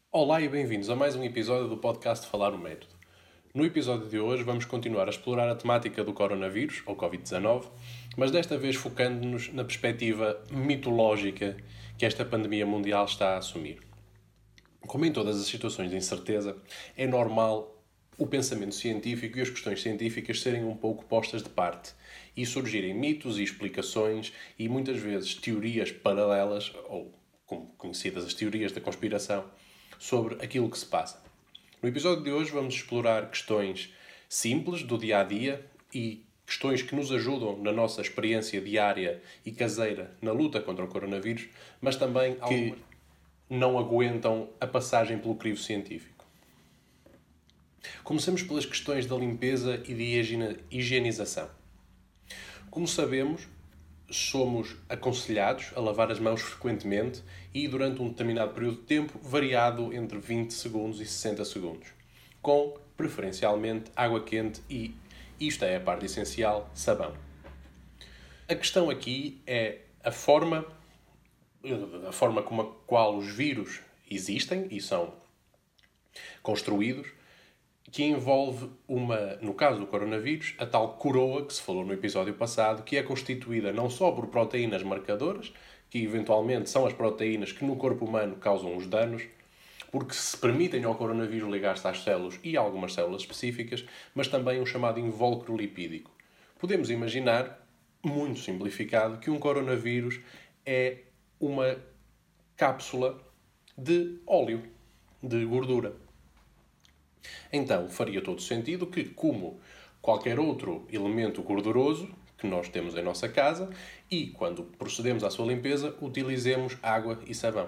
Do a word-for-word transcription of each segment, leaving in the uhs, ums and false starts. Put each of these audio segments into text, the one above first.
Olá e bem-vindos a mais um episódio do podcast Falar o Método. No episódio de hoje vamos continuar a explorar a temática do coronavírus, ou covid dezanove, mas desta vez focando-nos na perspectiva mitológica que esta pandemia mundial está a assumir. Como em todas as situações de incerteza, é normal o pensamento científico e as questões científicas serem um pouco postas de parte e surgirem mitos e explicações e muitas vezes teorias paralelas, ou como conhecidas as teorias da conspiração, sobre aquilo que se passa. No episódio de hoje vamos explorar questões simples do dia-a-dia e questões que nos ajudam na nossa experiência diária e caseira na luta contra o coronavírus, mas também que não aguentam a passagem pelo crivo científico. Comecemos pelas questões da limpeza e de higienização. Como sabemos, somos aconselhados a lavar as mãos frequentemente e durante um determinado período de tempo, variado entre vinte segundos e sessenta segundos, com, preferencialmente, água quente e, isto é a parte essencial, sabão. A questão aqui é a forma, a forma como a qual os vírus existem e são construídos, que envolve uma, no caso do coronavírus, a tal coroa que se falou no episódio passado, que é constituída não só por proteínas marcadoras, que eventualmente são as proteínas que no corpo humano causam os danos, porque se permitem ao coronavírus ligar-se às células e a algumas células específicas, mas também um chamado invólucro lipídico. Podemos imaginar, muito simplificado, que um coronavírus é uma cápsula de óleo, de gordura. Então, faria todo sentido que, como qualquer outro elemento gorduroso que nós temos em nossa casa, e quando procedemos à sua limpeza, utilizemos água e sabão.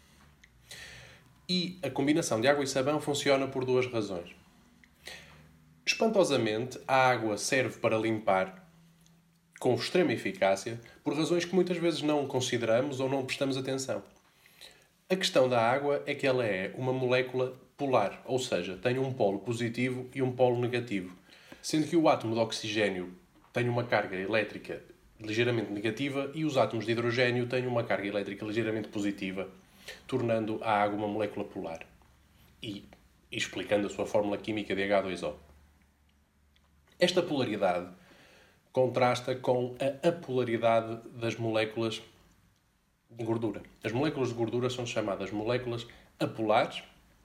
E a combinação de água e sabão funciona por duas razões. Espantosamente, a água serve para limpar com extrema eficácia por razões que muitas vezes não consideramos ou não prestamos atenção. A questão da água é que ela é uma molécula polar, ou seja, tem um polo positivo e um polo negativo, sendo que o átomo de oxigênio tem uma carga elétrica ligeiramente negativa e os átomos de hidrogênio têm uma carga elétrica ligeiramente positiva, tornando a água uma molécula polar e explicando a sua fórmula química de agá dois ó. Esta polaridade contrasta com a apolaridade das moléculas de gordura. As moléculas de gordura são chamadas moléculas apolares,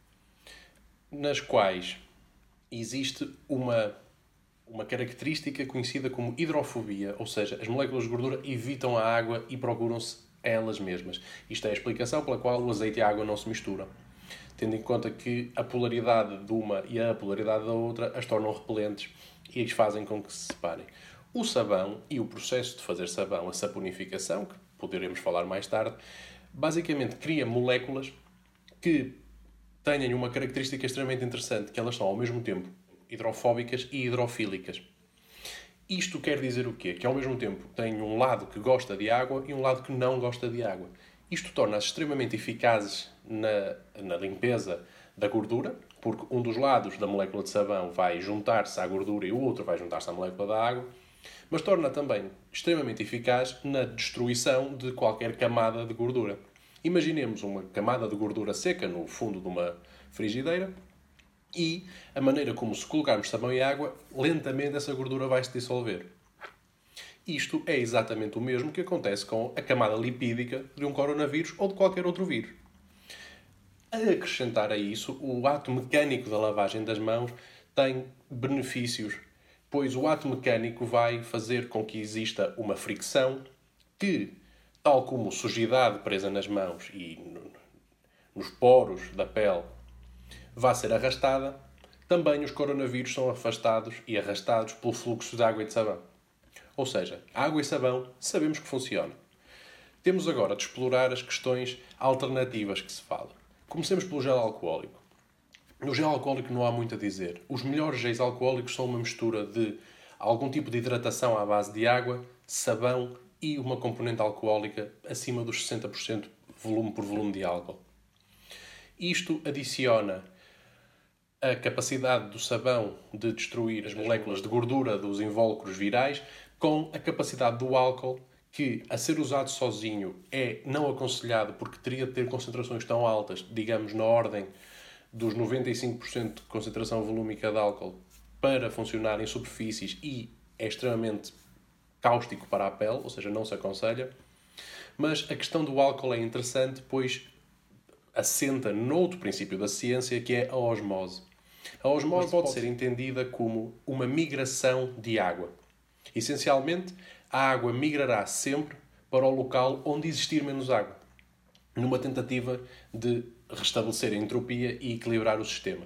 nas quais existe uma, uma característica conhecida como hidrofobia, ou seja, as moléculas de gordura evitam a água e procuram-se a elas mesmas. Isto é a explicação pela qual o azeite e a água não se misturam, tendo em conta que a polaridade de uma e a apolaridade da outra as tornam repelentes e as fazem com que se separem. O sabão e o processo de fazer sabão, a saponificação, que poderemos falar mais tarde, basicamente cria moléculas que têm uma característica extremamente interessante, que elas são ao mesmo tempo hidrofóbicas e hidrofílicas. Isto quer dizer o quê? Que ao mesmo tempo tem um lado que gosta de água e um lado que não gosta de água. Isto torna-as extremamente eficazes na, na limpeza da gordura, porque um dos lados da molécula de sabão vai juntar-se à gordura e o outro vai juntar-se à molécula da água, mas torna também extremamente eficaz na destruição de qualquer camada de gordura. Imaginemos uma camada de gordura seca no fundo de uma frigideira e a maneira como, se colocarmos sabão e água, lentamente essa gordura vai se dissolver. Isto é exatamente o mesmo que acontece com a camada lipídica de um coronavírus ou de qualquer outro vírus. A acrescentar a isso, o ato mecânico da lavagem das mãos tem benefícios, pois o ato mecânico vai fazer com que exista uma fricção que, tal como sujidade presa nas mãos e nos poros da pele vai ser arrastada, também os coronavírus são afastados e arrastados pelo fluxo de água e de sabão. Ou seja, água e sabão sabemos que funcionam. Temos agora de explorar as questões alternativas que se fala. Comecemos pelo gel alcoólico. No gel alcoólico não há muito a dizer. Os melhores géis alcoólicos são uma mistura de algum tipo de hidratação à base de água, sabão e uma componente alcoólica acima dos sessenta por cento volume por volume de álcool. Isto adiciona a capacidade do sabão de destruir as moléculas de gordura dos invólucros virais com a capacidade do álcool que, a ser usado sozinho, é não aconselhado porque teria de ter concentrações tão altas, digamos, na ordem dos noventa e cinco por cento de concentração volúmica de álcool, para funcionar em superfícies e é extremamente cáustico para a pele, ou seja, não se aconselha. Mas a questão do álcool é interessante, pois assenta noutro princípio da ciência, que é a osmose. A osmose pode ser entendida como uma migração de água. Essencialmente, a água migrará sempre para o local onde existir menos água, numa tentativa de restabelecer a entropia e equilibrar o sistema.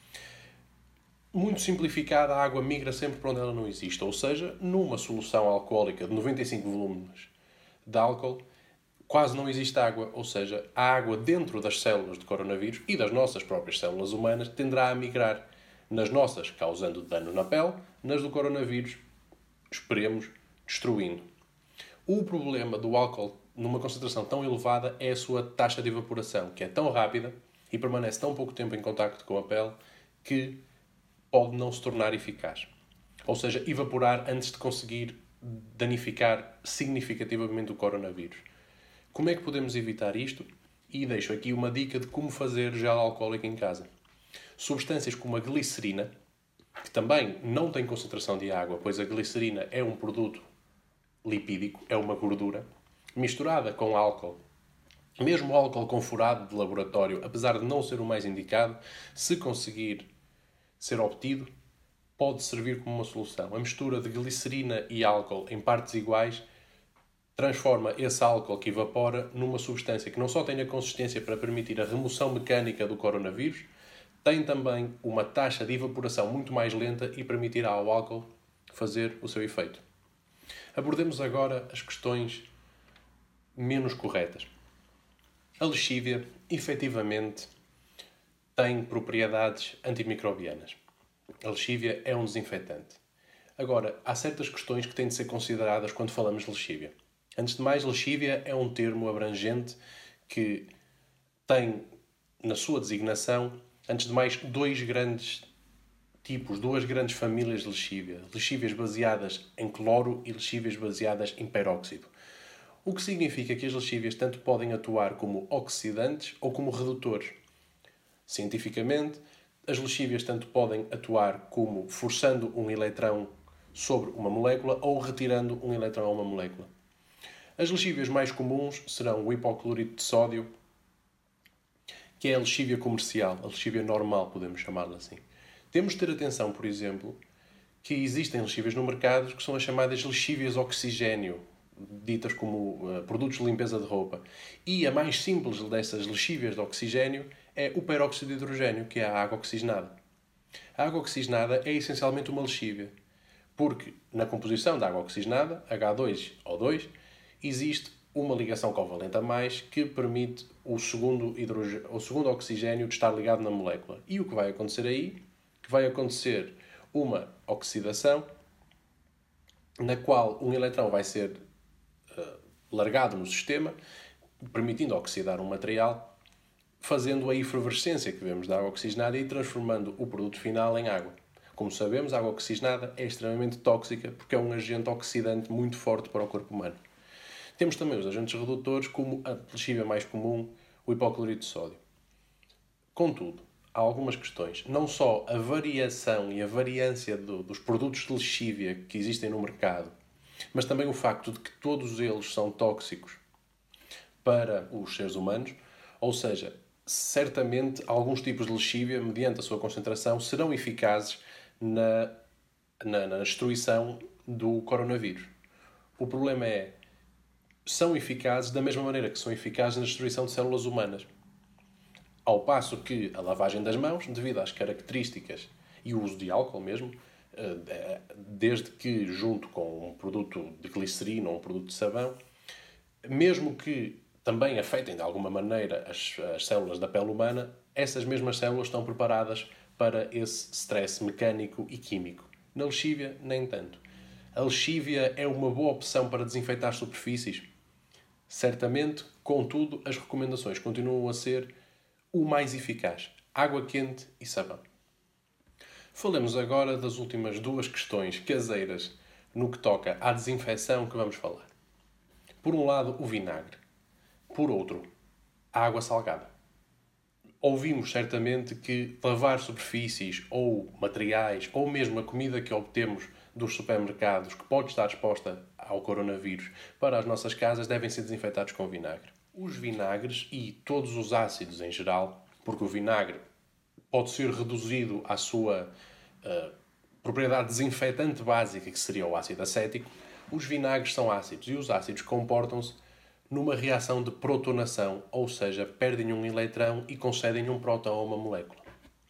Muito simplificada, a água migra sempre para onde ela não existe, ou seja, numa solução alcoólica de noventa e cinco volumes de álcool, quase não existe água, ou seja, a água dentro das células de coronavírus e das nossas próprias células humanas tenderá a migrar nas nossas, causando dano na pele, nas do coronavírus, esperemos, destruindo. O problema do álcool numa concentração tão elevada é a sua taxa de evaporação, que é tão rápida e permanece tão pouco tempo em contacto com a pele que pode não se tornar eficaz. Ou seja, evaporar antes de conseguir danificar significativamente o coronavírus. Como é que podemos evitar isto? E deixo aqui uma dica de como fazer gel alcoólico em casa. Substâncias como a glicerina, que também não tem concentração de água, pois a glicerina é um produto lipídico, é uma gordura, misturada com álcool. Mesmo o álcool com furado de laboratório, apesar de não ser o mais indicado, se conseguir ser obtido, pode servir como uma solução. A mistura de glicerina e álcool em partes iguais transforma esse álcool que evapora numa substância que não só tem a consistência para permitir a remoção mecânica do coronavírus, tem também uma taxa de evaporação muito mais lenta e permitirá ao álcool fazer o seu efeito. Abordemos agora as questões menos corretas. A lexívia, efetivamente, tem propriedades antimicrobianas. A lexívia é um desinfetante. Agora, há certas questões que têm de ser consideradas quando falamos de lexívia. Antes de mais, lexívia é um termo abrangente que tem, na sua designação, antes de mais, dois grandes tipos, duas grandes famílias de lexívia. Lexívias baseadas em cloro e lexívias baseadas em peróxido. O que significa que as lexívias tanto podem atuar como oxidantes ou como redutores. Cientificamente, as lexívias tanto podem atuar como forçando um eletrão sobre uma molécula ou retirando um eletrão a uma molécula. As lexívias mais comuns serão o hipoclorito de sódio, que é a lexívia comercial, a lexívia normal, podemos chamá-la assim. Temos de ter atenção, por exemplo, que existem lexívias no mercado que são as chamadas lexívias oxigênio, ditas como uh, produtos de limpeza de roupa. E a mais simples dessas lexívias de oxigênio é o peróxido de hidrogênio, que é a água oxigenada. A água oxigenada é essencialmente uma lexívia, porque na composição da água oxigenada, agá dois ó dois, existe uma ligação covalente a mais que permite o segundo, hidrogê... o segundo oxigênio de estar ligado na molécula. E o que vai acontecer aí? Que vai acontecer uma oxidação na qual um eletrão vai ser uh, largado no sistema, permitindo oxidar um material, fazendo a efervescência que vemos da água oxigenada e transformando o produto final em água. Como sabemos, a água oxigenada é extremamente tóxica porque é um agente oxidante muito forte para o corpo humano. Temos também os agentes redutores, como a lexívia mais comum, o hipoclorito de sódio. Contudo, há algumas questões. Não só a variação e a variância do, dos produtos de lexívia que existem no mercado, mas também o facto de que todos eles são tóxicos para os seres humanos, ou seja, certamente alguns tipos de lexívia, mediante a sua concentração, serão eficazes na, na, na destruição do coronavírus. O problema é, são eficazes da mesma maneira que são eficazes na destruição de células humanas. Ao passo que a lavagem das mãos, devido às características e o uso de álcool mesmo, desde que junto com um produto de glicerina ou um produto de sabão, mesmo que também afetem de alguma maneira as, as células da pele humana, essas mesmas células estão preparadas para esse stress mecânico e químico. Na lexívia, nem tanto. A lexívia é uma boa opção para desinfetar superfícies? Certamente, contudo, as recomendações continuam a ser o mais eficaz: água quente e sabão. Falemos agora das últimas duas questões caseiras no que toca à desinfecção que vamos falar. Por um lado, o vinagre. Por outro, a água salgada. Ouvimos certamente que lavar superfícies ou materiais, ou mesmo a comida que obtemos dos supermercados, que pode estar exposta ao coronavírus, para as nossas casas, devem ser desinfetados com vinagre. Os vinagres e todos os ácidos em geral, porque o vinagre pode ser reduzido à sua uh, propriedade desinfetante básica, que seria o ácido acético, os vinagres são ácidos e os ácidos comportam-se numa reação de protonação, ou seja, perdem um eletrão e concedem um próton a uma molécula.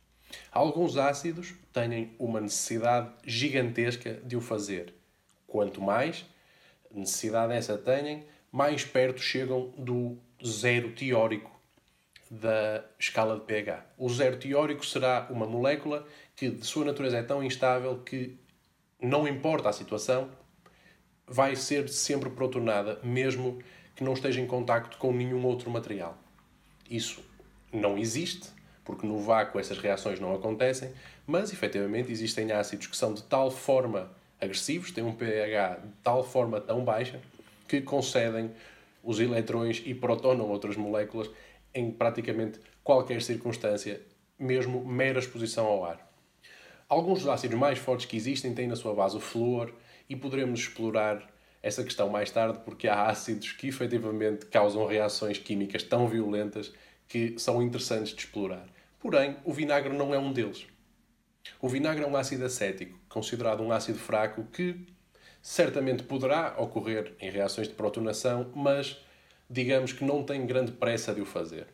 Alguns ácidos têm uma necessidade gigantesca de o fazer. Quanto mais necessidade essa têm, mais perto chegam do zero teórico da escala de pH. O zero teórico será uma molécula que, de sua natureza, é tão instável que, não importa a situação, vai ser sempre protonada, mesmo que não esteja em contacto com nenhum outro material. Isso não existe, porque no vácuo essas reações não acontecem, mas, efetivamente, existem ácidos que são de tal forma agressivos, têm um pH de tal forma tão baixa, que concedem os eletrões e protonam outras moléculas em praticamente qualquer circunstância, mesmo mera exposição ao ar. Alguns dos ácidos mais fortes que existem têm na sua base o flúor e poderemos explorar essa questão mais tarde, porque há ácidos que efetivamente causam reações químicas tão violentas que são interessantes de explorar. Porém, o vinagre não é um deles. O vinagre é um ácido acético, considerado um ácido fraco, que certamente poderá ocorrer em reações de protonação, mas digamos que não tem grande pressa de o fazer.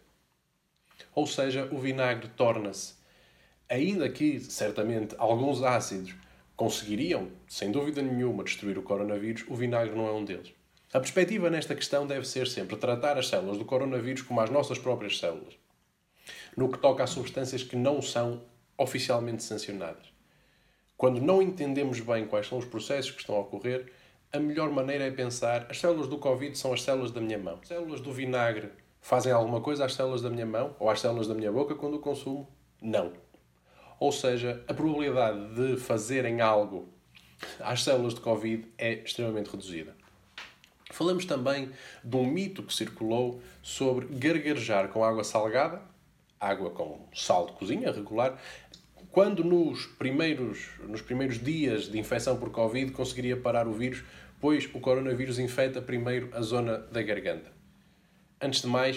Ou seja, o vinagre torna-se, ainda que certamente alguns ácidos conseguiriam, sem dúvida nenhuma, destruir o coronavírus, o vinagre não é um deles. A perspectiva nesta questão deve ser sempre tratar as células do coronavírus como as nossas próprias células, no que toca a substâncias que não são oficialmente sancionadas. Quando não entendemos bem quais são os processos que estão a ocorrer, a melhor maneira é pensar: as células do Covid são as células da minha mão. As células do vinagre fazem alguma coisa às células da minha mão ou às células da minha boca quando o consumo? Não. Ou seja, a probabilidade de fazerem algo às células de Covid é extremamente reduzida. Falamos também de um mito que circulou sobre gargarejar com água salgada, água com sal de cozinha regular, quando nos primeiros, nos primeiros dias de infecção por Covid conseguiria parar o vírus, pois o coronavírus infecta primeiro a zona da garganta. Antes de mais,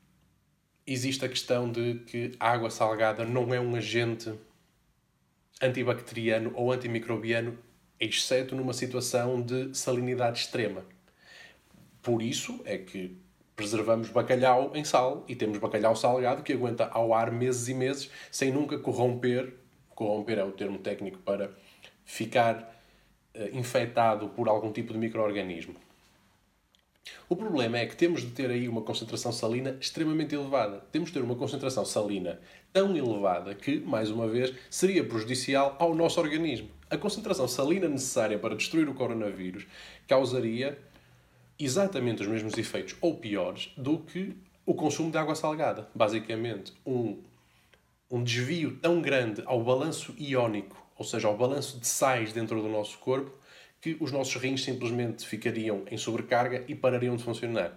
existe a questão de que a água salgada não é um agente antibacteriano ou antimicrobiano, exceto numa situação de salinidade extrema. Por isso é que preservamos bacalhau em sal e temos bacalhau salgado que aguenta ao ar meses e meses sem nunca corromper. Corromper é o termo técnico para ficar uh, infectado por algum tipo de micro-organismo. O problema é que temos de ter aí uma concentração salina extremamente elevada. Temos de ter uma concentração salina tão elevada que, mais uma vez, seria prejudicial ao nosso organismo. A concentração salina necessária para destruir o coronavírus causaria exatamente os mesmos efeitos, ou piores, do que o consumo de água salgada. Basicamente, um, um desvio tão grande ao balanço iónico, ou seja, ao balanço de sais dentro do nosso corpo, que os nossos rins simplesmente ficariam em sobrecarga e parariam de funcionar.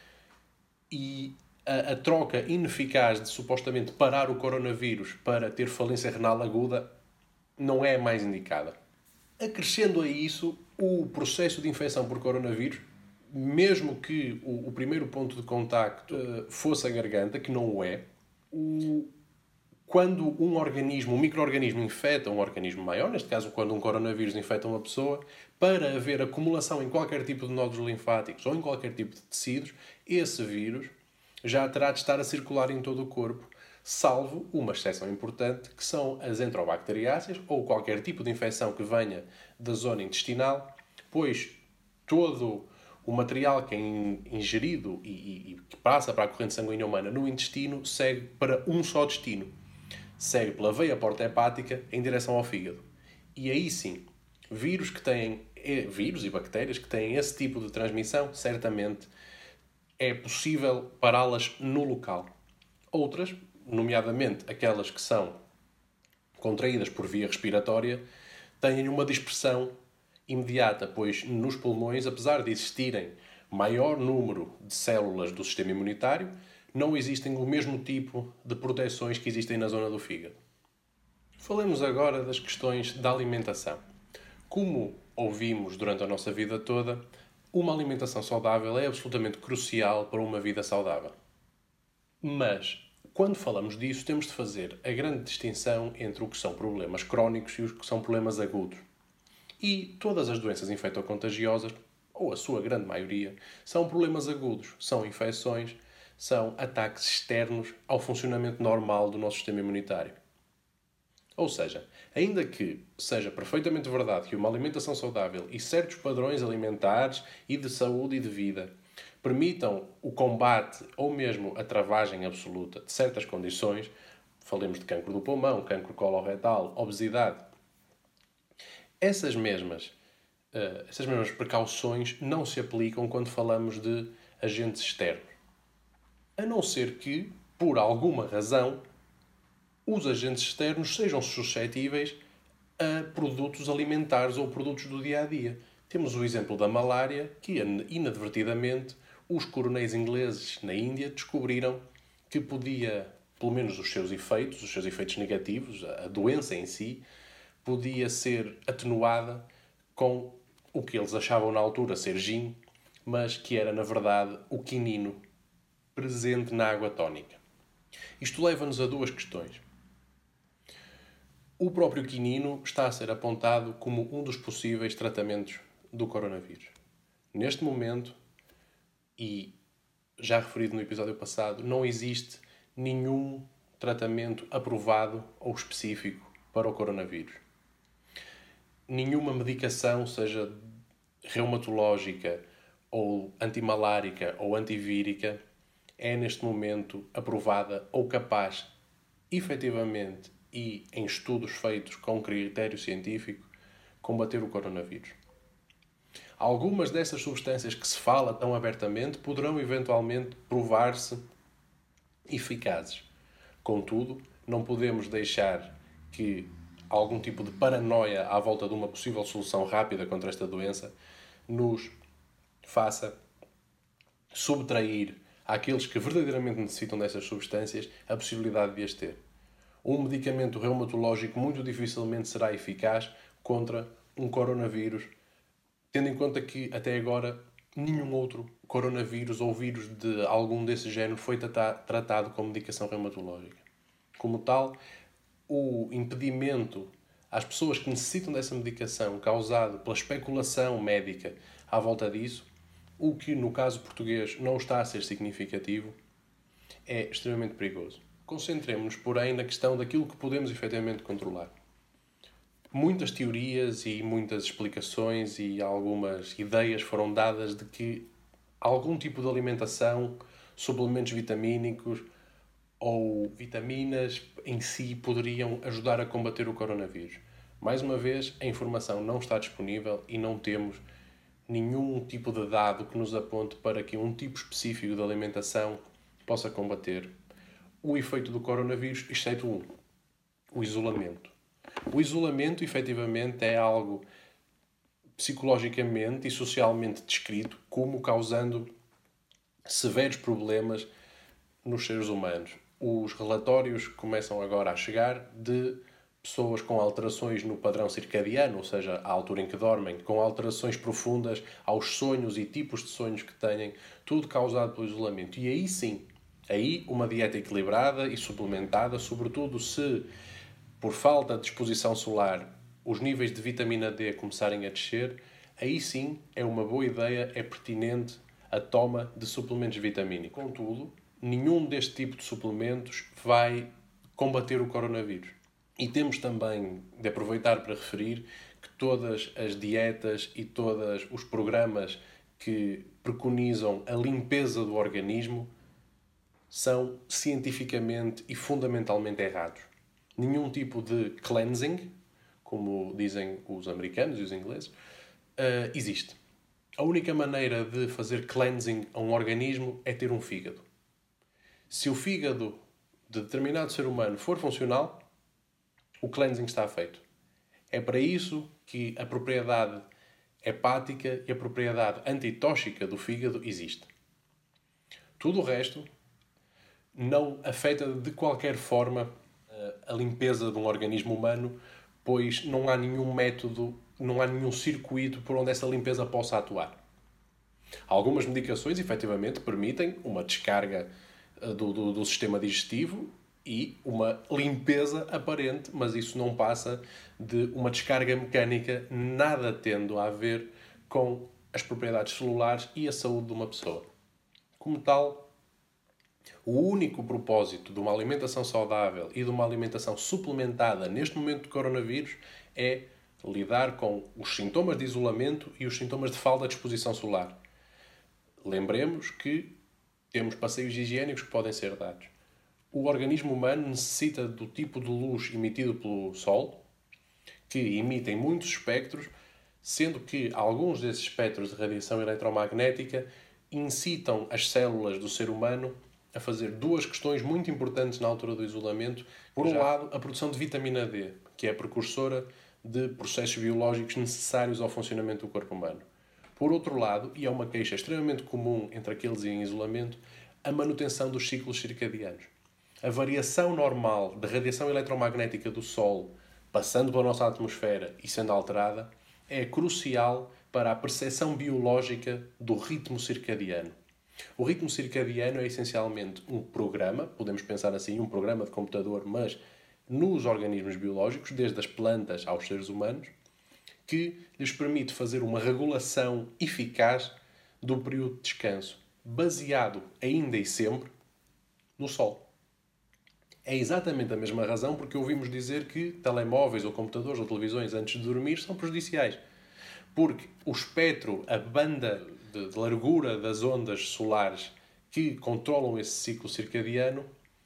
E a, a troca ineficaz de supostamente parar o coronavírus para ter falência renal aguda não é a mais indicada. Acrescendo a isso, o processo de infecção por coronavírus, mesmo que o, o primeiro ponto de contacto uh, fosse a garganta, que não o é, o... Quando um organismo, um micro-organismo infecta um organismo maior, neste caso quando um coronavírus infecta uma pessoa, para haver acumulação em qualquer tipo de nódulos linfáticos ou em qualquer tipo de tecidos, esse vírus já terá de estar a circular em todo o corpo, salvo uma exceção importante, que são as enterobacteriáceas ou qualquer tipo de infecção que venha da zona intestinal, pois todo o material que é ingerido e, e, e que passa para a corrente sanguínea humana no intestino segue para um só destino. Segue pela veia porta-hepática em direção ao fígado. E aí sim, vírus que têm, vírus e bactérias que têm esse tipo de transmissão, certamente é possível pará-las no local. Outras, nomeadamente aquelas que são contraídas por via respiratória, têm uma dispersão imediata, pois nos pulmões, apesar de existirem maior número de células do sistema imunitário, não existem o mesmo tipo de proteções que existem na zona do fígado. Falemos agora das questões da alimentação. Como ouvimos durante a nossa vida toda, uma alimentação saudável é absolutamente crucial para uma vida saudável. Mas, quando falamos disso, temos de fazer a grande distinção entre o que são problemas crónicos e os que são problemas agudos. E todas as doenças infectocontagiosas, ou a sua grande maioria, são problemas agudos, são infecções, são ataques externos ao funcionamento normal do nosso sistema imunitário. Ou seja, ainda que seja perfeitamente verdade que uma alimentação saudável e certos padrões alimentares e de saúde e de vida permitam o combate ou mesmo a travagem absoluta de certas condições, falemos de cancro do pulmão, cancro coloretal, obesidade, essas mesmas, uh, essas mesmas precauções não se aplicam quando falamos de agentes externos. A não ser que, por alguma razão, os agentes externos sejam suscetíveis a produtos alimentares ou produtos do dia-a-dia. Temos o exemplo da malária, que inadvertidamente os coronéis ingleses na Índia descobriram que podia, pelo menos os seus efeitos, os seus efeitos negativos, a doença em si, podia ser atenuada com o que eles achavam na altura ser gin, mas que era, na verdade, o quinino presente na água tónica. Isto leva-nos a duas questões. O próprio quinino está a ser apontado como um dos possíveis tratamentos do coronavírus. Neste momento, e já referido no episódio passado, não existe nenhum tratamento aprovado ou específico para o coronavírus. Nenhuma medicação, seja reumatológica ou antimalárica ou antivírica, é neste momento aprovada ou capaz, efetivamente, e em estudos feitos com critério científico, combater o coronavírus. Algumas dessas substâncias que se fala tão abertamente poderão eventualmente provar-se eficazes. Contudo, não podemos deixar que algum tipo de paranoia à volta de uma possível solução rápida contra esta doença nos faça subtrair àqueles que verdadeiramente necessitam dessas substâncias a possibilidade de as ter. Um medicamento reumatológico muito dificilmente será eficaz contra um coronavírus, tendo em conta que, até agora, nenhum outro coronavírus ou vírus de algum desse género foi tratado com medicação reumatológica. Como tal, o impedimento às pessoas que necessitam dessa medicação causado pela especulação médica à volta disso, o que no caso português não está a ser significativo, é extremamente perigoso. Concentremos-nos, porém, na questão daquilo que podemos efetivamente controlar. Muitas teorias e muitas explicações e algumas ideias foram dadas de que algum tipo de alimentação, suplementos vitamínicos ou vitaminas em si poderiam ajudar a combater o coronavírus. Mais uma vez, a informação não está disponível e não temos nenhum tipo de dado que nos aponte para que um tipo específico de alimentação possa combater o efeito do coronavírus, exceto um, o isolamento. O isolamento, efetivamente, é algo psicologicamente e socialmente descrito como causando severos problemas nos seres humanos. Os relatórios começam agora a chegar de pessoas com alterações no padrão circadiano, ou seja, à altura em que dormem, com alterações profundas aos sonhos e tipos de sonhos que têm, tudo causado pelo isolamento. E aí sim, aí uma dieta equilibrada e suplementada, sobretudo se, por falta de exposição solar, os níveis de vitamina D começarem a descer, aí sim é uma boa ideia, é pertinente a toma de suplementos vitamínicos. Contudo, nenhum deste tipo de suplementos vai combater o coronavírus. E temos também de aproveitar para referir que todas as dietas e todos os programas que preconizam a limpeza do organismo são cientificamente e fundamentalmente errados. Nenhum tipo de cleansing, como dizem os americanos e os ingleses, uh, existe. A única maneira de fazer cleansing a um organismo é ter um fígado. Se o fígado de determinado ser humano for funcional, o cleansing está feito. É para isso que a propriedade hepática e a propriedade antitóxica do fígado existe. Tudo o resto não afeta de qualquer forma a limpeza de um organismo humano, pois não há nenhum método, não há nenhum circuito por onde essa limpeza possa atuar. Algumas medicações, efetivamente, permitem uma descarga do, do, do sistema digestivo e uma limpeza aparente, mas isso não passa de uma descarga mecânica, nada tendo a ver com as propriedades celulares e a saúde de uma pessoa. Como tal, o único propósito de uma alimentação saudável e de uma alimentação suplementada neste momento de coronavírus é lidar com os sintomas de isolamento e os sintomas de falta de exposição solar. Lembremos que temos passeios higiênicos que podem ser dados. O organismo humano necessita do tipo de luz emitido pelo Sol, que emitem muitos espectros, sendo que alguns desses espectros de radiação eletromagnética incitam as células do ser humano a fazer duas questões muito importantes na altura do isolamento. Por um lado, a produção de vitamina D, que é a precursora de processos biológicos necessários ao funcionamento do corpo humano. Por outro lado, e é uma queixa extremamente comum entre aqueles em isolamento, a manutenção dos ciclos circadianos. A variação normal de radiação eletromagnética do Sol, passando pela nossa atmosfera e sendo alterada, é crucial para a percepção biológica do ritmo circadiano. O ritmo circadiano é essencialmente um programa, podemos pensar assim, um programa de computador, mas nos organismos biológicos, desde as plantas aos seres humanos, que lhes permite fazer uma regulação eficaz do período de descanso, baseado ainda e sempre no Sol. É exatamente a mesma razão porque ouvimos dizer que telemóveis ou computadores ou televisões antes de dormir são prejudiciais. Porque o espectro, a banda de, de largura das ondas solares que controlam esse ciclo circadiano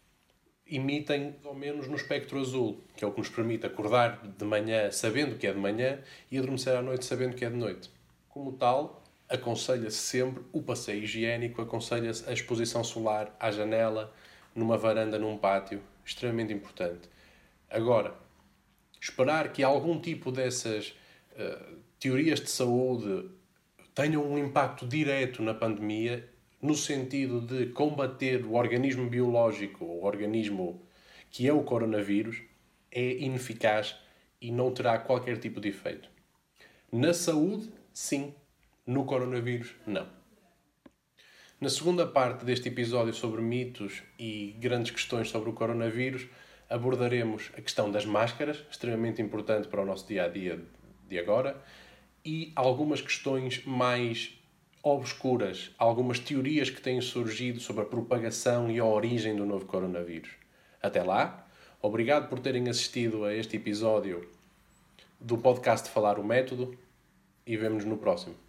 emitem ao menos no espectro azul, que é o que nos permite acordar de manhã sabendo que é de manhã e adormecer à noite sabendo que é de noite. Como tal, aconselha-se sempre o passeio higiênico, aconselha-se a exposição solar à janela, numa varanda, num pátio, extremamente importante. Agora, esperar que algum tipo dessas uh, teorias de saúde tenham um impacto direto na pandemia, no sentido de combater o organismo biológico, o organismo que é o coronavírus, é ineficaz e não terá qualquer tipo de efeito. Na saúde, sim. No coronavírus, não. Na segunda parte deste episódio sobre mitos e grandes questões sobre o coronavírus, abordaremos a questão das máscaras, extremamente importante para o nosso dia-a-dia de agora, e algumas questões mais obscuras, algumas teorias que têm surgido sobre a propagação e a origem do novo coronavírus. Até lá, obrigado por terem assistido a este episódio do podcast Falar o Método e vemo-nos no próximo.